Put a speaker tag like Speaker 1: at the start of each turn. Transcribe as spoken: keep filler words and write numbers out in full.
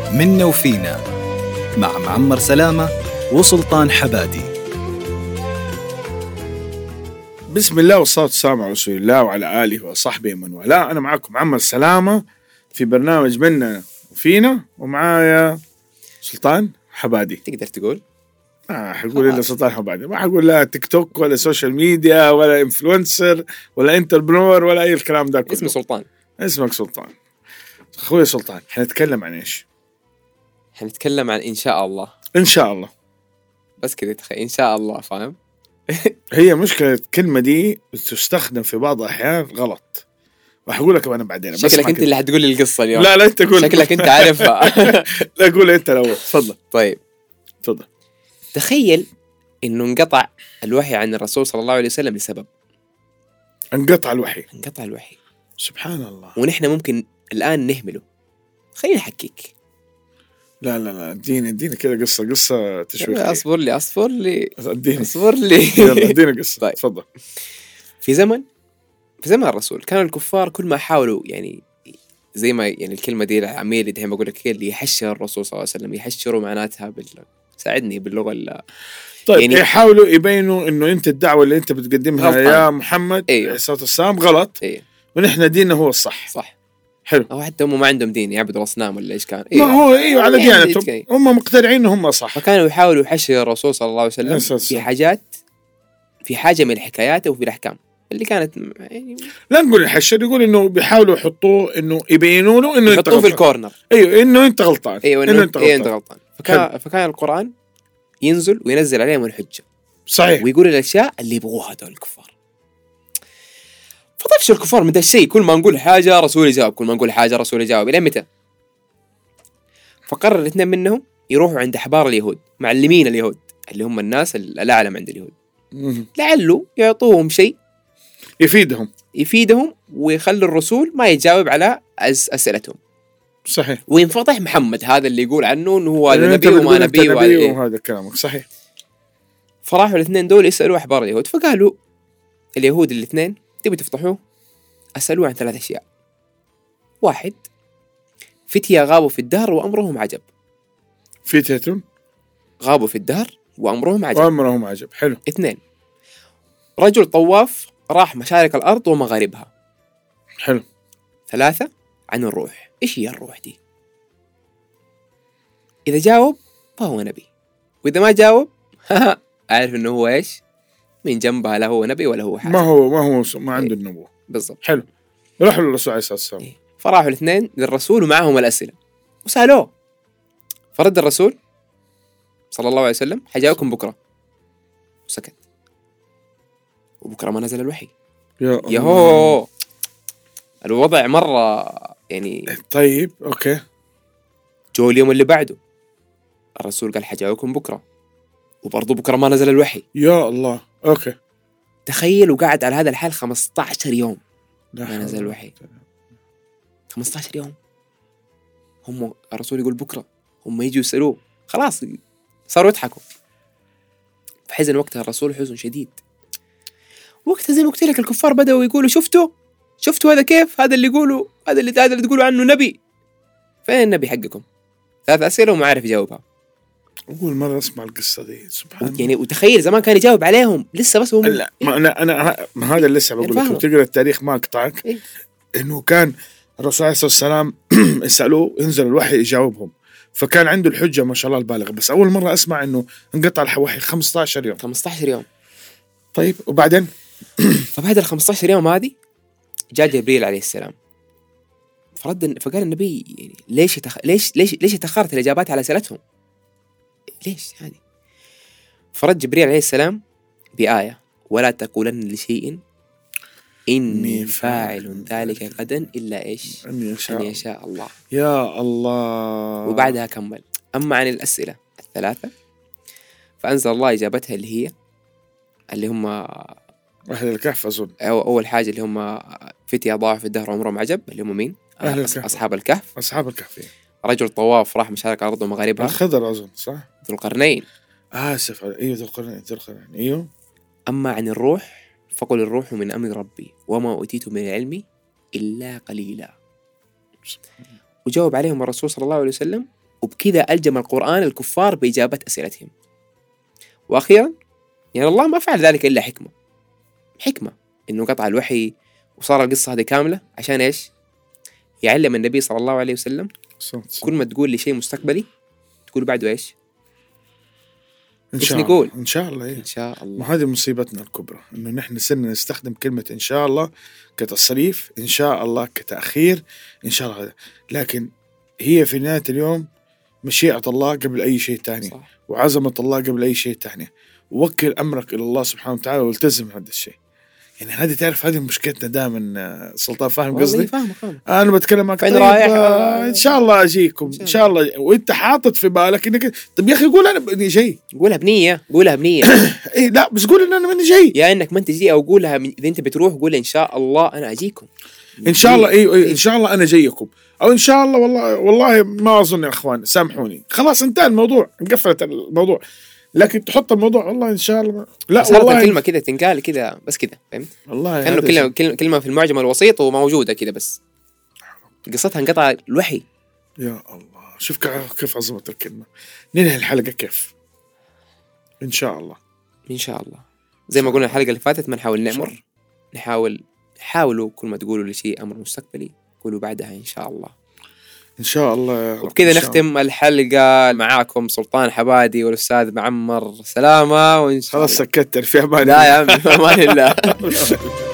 Speaker 1: منا وفينا مع معمر سلامة وسلطان حبادي.
Speaker 2: بسم الله والصلاة والسلام على رسول الله وعلى آله وصحبه من والاه. أنا معكم معمر سلامة في برنامج منا وفينا، ومعايا سلطان حبادي.
Speaker 3: تقدر تقول
Speaker 2: آه حقول إلا سلطان حبادي، ما حقول لا تيك توك ولا سوشيال ميديا ولا إنفلونسر ولا انتربرنور ولا أي الكلام ده كله.
Speaker 3: اسمي سلطان.
Speaker 2: اسمك سلطان. أخوي سلطان، حنتكلم عن إيش؟
Speaker 3: حنتكلم عن إن شاء الله.
Speaker 2: إن شاء الله،
Speaker 3: بس كده تخيل إن شاء الله، فاهم؟
Speaker 2: هي مشكلة الكلمة دي تستخدم في بعض الأحيان غلط، وحقول لك أنا بعدين.
Speaker 3: شكلك أنت اللي حتقول لي القصة اليوم.
Speaker 2: لا لا أنت قول.
Speaker 3: شكلك أنت عارفها.
Speaker 2: لا قول أنت الأول، تفضل.
Speaker 3: طيب
Speaker 2: تفضل.
Speaker 3: تخيل إنه انقطع الوحي عن الرسول صلى الله عليه وسلم لسبب.
Speaker 2: انقطع الوحي.
Speaker 3: انقطع الوحي.
Speaker 2: سبحان الله.
Speaker 3: ونحن ممكن الآن نهمله. خليني أحكيك.
Speaker 2: لا لا لا اديني اديني كده قصة قصة تشويقية.
Speaker 3: أصبر لي أصبر لي
Speaker 2: اديني
Speaker 3: أصبر لي.
Speaker 2: يلا اديني قصة.
Speaker 3: طيب.
Speaker 2: تفضل.
Speaker 3: في زمن في زمن الرسول كانوا الكفار كل ما حاولوا، يعني زي ما يعني الكلمة دي العامية اللي دحين بقول لك اللي يحشر الرسول صلى الله عليه وسلم، يحشروا معناتها بال ساعدني باللغة ال
Speaker 2: طيب
Speaker 3: يعني
Speaker 2: يحاولوا يبينوا إنه أنت الدعوة اللي أنت بتقدمها
Speaker 3: غلطان.
Speaker 2: يا محمد
Speaker 3: أيوه.
Speaker 2: عليه الصلاة والسلام غلط.
Speaker 3: إيه.
Speaker 2: ونحن ديننا هو الصح.
Speaker 3: صح.
Speaker 2: حلو.
Speaker 3: أو حتى هم ما عندهم دين، يعبدوا الأصنام ولا إيش كان.
Speaker 2: إيه. ما هو إيوه على
Speaker 3: يعني
Speaker 2: ديانتهم هم مقتنعين إنه هم صح.
Speaker 3: فكانوا يحاولوا يحشر الرسول صلى الله عليه وسلم
Speaker 2: يسلسل.
Speaker 3: في حاجات، في حاجة من الحكايات وفي الأحكام اللي كانت يعني
Speaker 2: لا نقول الحشر، يقول إنه بيحاولوا يحطوه إنه يبينوا له إنه أنت
Speaker 3: يحطوه في
Speaker 2: غلطان.
Speaker 3: الكورنر.
Speaker 2: أيوه إنه أنت غلطان.
Speaker 3: أيوه
Speaker 2: إنه,
Speaker 3: إنه
Speaker 2: أنت
Speaker 3: إيه أنت
Speaker 2: غلطان.
Speaker 3: غلطان. فكان فكان القرآن ينزل وينزل عليهم الحجة.
Speaker 2: صحيح.
Speaker 3: ويقول الأشياء اللي يبغوها دول الكفار. فطفشوا الكفار من ده الشيء، كل ما نقول حاجة رسول يجاوب، كل ما نقول حاجة رسول يجاوب، إلى متى؟ فقرر الاثنين منهم يروحوا عند أحبار اليهود، معلمين اليهود اللي هم الناس الأعلم عند اليهود،
Speaker 2: مم.
Speaker 3: لعله يعطوهم شيء
Speaker 2: يفيدهم
Speaker 3: يفيدهم ويخلوا الرسول ما يجاوب على أس أسئلتهم.
Speaker 2: صحيح.
Speaker 3: وينفضح محمد هذا اللي يقول عنه إنه هو
Speaker 2: يعني
Speaker 3: نبي
Speaker 2: أنت
Speaker 3: وما
Speaker 2: بتقول أنت
Speaker 3: نبي
Speaker 2: نبي
Speaker 3: وهذا.
Speaker 2: وهذا كلامك صحيح.
Speaker 3: فراحوا الاثنين دول يسألوا أحبار اليهود، فقالوا اليهود الاثنين تبي تفتحوه أسألوه عن ثلاث أشياء. واحد، فتية غابوا في الدهر وأمرهم عجب.
Speaker 2: فتية
Speaker 3: غابوا في الدهر وأمرهم عجب.
Speaker 2: وأمرهم عجب. حلو.
Speaker 3: اثنين، رجل طواف راح مشارق الأرض ومغاربها.
Speaker 2: حلو.
Speaker 3: ثلاثة، عن الروح. إيش هي الروح دي؟ إذا جاوب فهو نبي، وإذا ما جاوب أعرف إنه هو إيش من جنبها، لا هو نبي ولا هو حاجة.
Speaker 2: ما هو ما هو ما عنده
Speaker 3: إيه.
Speaker 2: النبوة.
Speaker 3: بالضبط.
Speaker 2: حلو. راحوا للرسول عليه الصلاة والسلام.
Speaker 3: إيه. فراحوا الاثنين للرسول ومعهم الأسئلة وسألوه، فرد الرسول صلى الله عليه وسلم حجاوبكم بكرة، وسكت. وبكرة ما نزل الوحي.
Speaker 2: يا
Speaker 3: يهو الوضع مرة يعني.
Speaker 2: طيب أوكي.
Speaker 3: جو اليوم اللي بعده الرسول قال حجاوبكم بكرة، وبرضو بكرة ما نزل الوحي.
Speaker 2: يا الله. أوكي.
Speaker 3: تخيل، وقعد على هذا الحال خمسة عشر يوم
Speaker 2: لا
Speaker 3: ما نزل الوحي. خمسة عشر يوم. هم الرسول يقول بكرة، هم يجوا يسألوه، خلاص صاروا يضحكوا. فحزن وقتها الرسول حزن شديد. وقتها زي ما قلت لك الكفار بدأوا يقولوا شفتوا شفتوا هذا كيف، هذا اللي يقولوا، هذا اللي هذا اللي تقولوا عنه نبي. فين النبي حقكم؟ ثلاث أسئلة وما عارف يجاوبها.
Speaker 2: أول مرة أسمع القصة دي. سبحان الله.
Speaker 3: يعني وتخيل زمان كان يجاوب عليهم لسه، بس هم
Speaker 2: لا ما أنا أنا ما هذا اللي لسه بقول لك. تقرأ التاريخ ما أقطعك.
Speaker 3: إيه؟
Speaker 2: إنه كان الرسول عليه الصلاة والسلام يسألوه ينزل الوحي يجاوبهم، فكان عنده الحجة ما شاء الله البالغة. بس أول مرة أسمع إنه انقطع الوحي خمسة عشر يوم.
Speaker 3: خمسة عشر يوم.
Speaker 2: طيب وبعدين؟
Speaker 3: فبعد ال خمسة عشر يوم هذه جاء جبريل عليه السلام، فرد فقال النبي يعني ليش يتخ... ليش ليش ليش تأخرت الإجابات على أسئلتهم؟ ليش هذه؟ فرد جبريل عليه السلام بآية: ولا تقولن لشيء إني فاعل ذلك غدا إلا إيش
Speaker 2: أن يشاء,
Speaker 3: أن يشاء الله.
Speaker 2: يا الله.
Speaker 3: وبعدها كمل: أما عن الأسئلة الثلاثة فأنزل الله إجابتها اللي هي اللي هم
Speaker 2: أهل الكهف أظن.
Speaker 3: أول حاجة اللي هم فتية ضاعوا في الدهر وعمرهم عجب، اللي هم مين؟
Speaker 2: أهل الكهف.
Speaker 3: أصحاب الكهف.
Speaker 2: أصحاب الكهف.
Speaker 3: رجل طواف راح مشارق الأرض ومغاربها.
Speaker 2: الخضر أظن صح.
Speaker 3: ذو القرنين.
Speaker 2: آسف. أيوه ذو القرنين. ذو القرنين. أيوه.
Speaker 3: أما عن الروح فقل الروح من أمر ربي وما أوتيت من العلم إلا قليلا. وجاوب عليهم الرسول صلى الله عليه وسلم وبكذا ألجم القرآن الكفار بإجابة أسئلتهم. وأخيرا يعني الله ما فعل ذلك إلا حكمة حكمة إنه قطع الوحي وصار القصة هذه كاملة عشان إيش؟ يعلم النبي صلى الله عليه وسلم كل ما تقول لي شيء مستقبلي تقول بعده إيش؟
Speaker 2: إن
Speaker 3: إيش
Speaker 2: شاء
Speaker 3: نقول؟
Speaker 2: الله إن شاء الله إيه.
Speaker 3: إن شاء الله.
Speaker 2: وهذه مصيبتنا الكبرى إنه نحن صرنا نستخدم كلمة إن شاء الله كتصريف، إن شاء الله كتأخير، إن شاء الله. لكن هي في نهاية اليوم مشيئة الله قبل أي شيء تاني،
Speaker 3: صح.
Speaker 2: وعزمة الله قبل أي شيء تاني. ووكل أمرك إلى الله سبحانه وتعالى والتزم هذا الشيء. يعني هذه تعرف هذه مشكلتنا دائما. سلطان فاهم قصدي؟
Speaker 3: فاهم فاهم.
Speaker 2: أنا بتكلم معك
Speaker 3: فين
Speaker 2: طيب
Speaker 3: رايح؟
Speaker 2: آه إن شاء الله أجيكم إن شاء الله، وأنت حاطط في بالك إنك طب يا أخي قول أنا بني جاي.
Speaker 3: قولها بنية قولها بنية.
Speaker 2: إيه لا بس قول إن أنا بني جاي.
Speaker 3: يا إنك ما أنت تجي، أو قولها من... إذا أنت بتروح قول إن شاء الله أنا أجيكم.
Speaker 2: إن شاء الله إيه, إيه إن شاء الله أنا جايكم، أو إن شاء الله والله والله ما أظن يا أخوان سامحوني خلاص انتهى الموضوع انقفلت الموضوع. لكن تحط الموضوع والله إن شاء الله لا والله
Speaker 3: كلمة كذا تنقال كذا بس كذا فهمت؟
Speaker 2: والله
Speaker 3: كأنه كلمة كلمة كلمة في المعجم الوسيط وموجودة كذا بس قصتها انقطع الوحي.
Speaker 2: يا الله شوف كيف عظمة الكلمة. ننهي الحلقة كيف؟ إن شاء الله
Speaker 3: إن شاء الله زي ما قلنا الحلقة اللي فاتت ما نحاول نأمر، نحاول حاولوا كل ما تقولوا لشيء أمر مستقبلي قولوا بعدها إن شاء الله.
Speaker 2: إن شاء الله.
Speaker 3: وبكذا نختم الحلقة معاكم سلطان حبادي والأستاذ معمر سلامة. وإن شاء
Speaker 2: خلاص سكتر في أمان
Speaker 3: لا يا عم في أمان الله.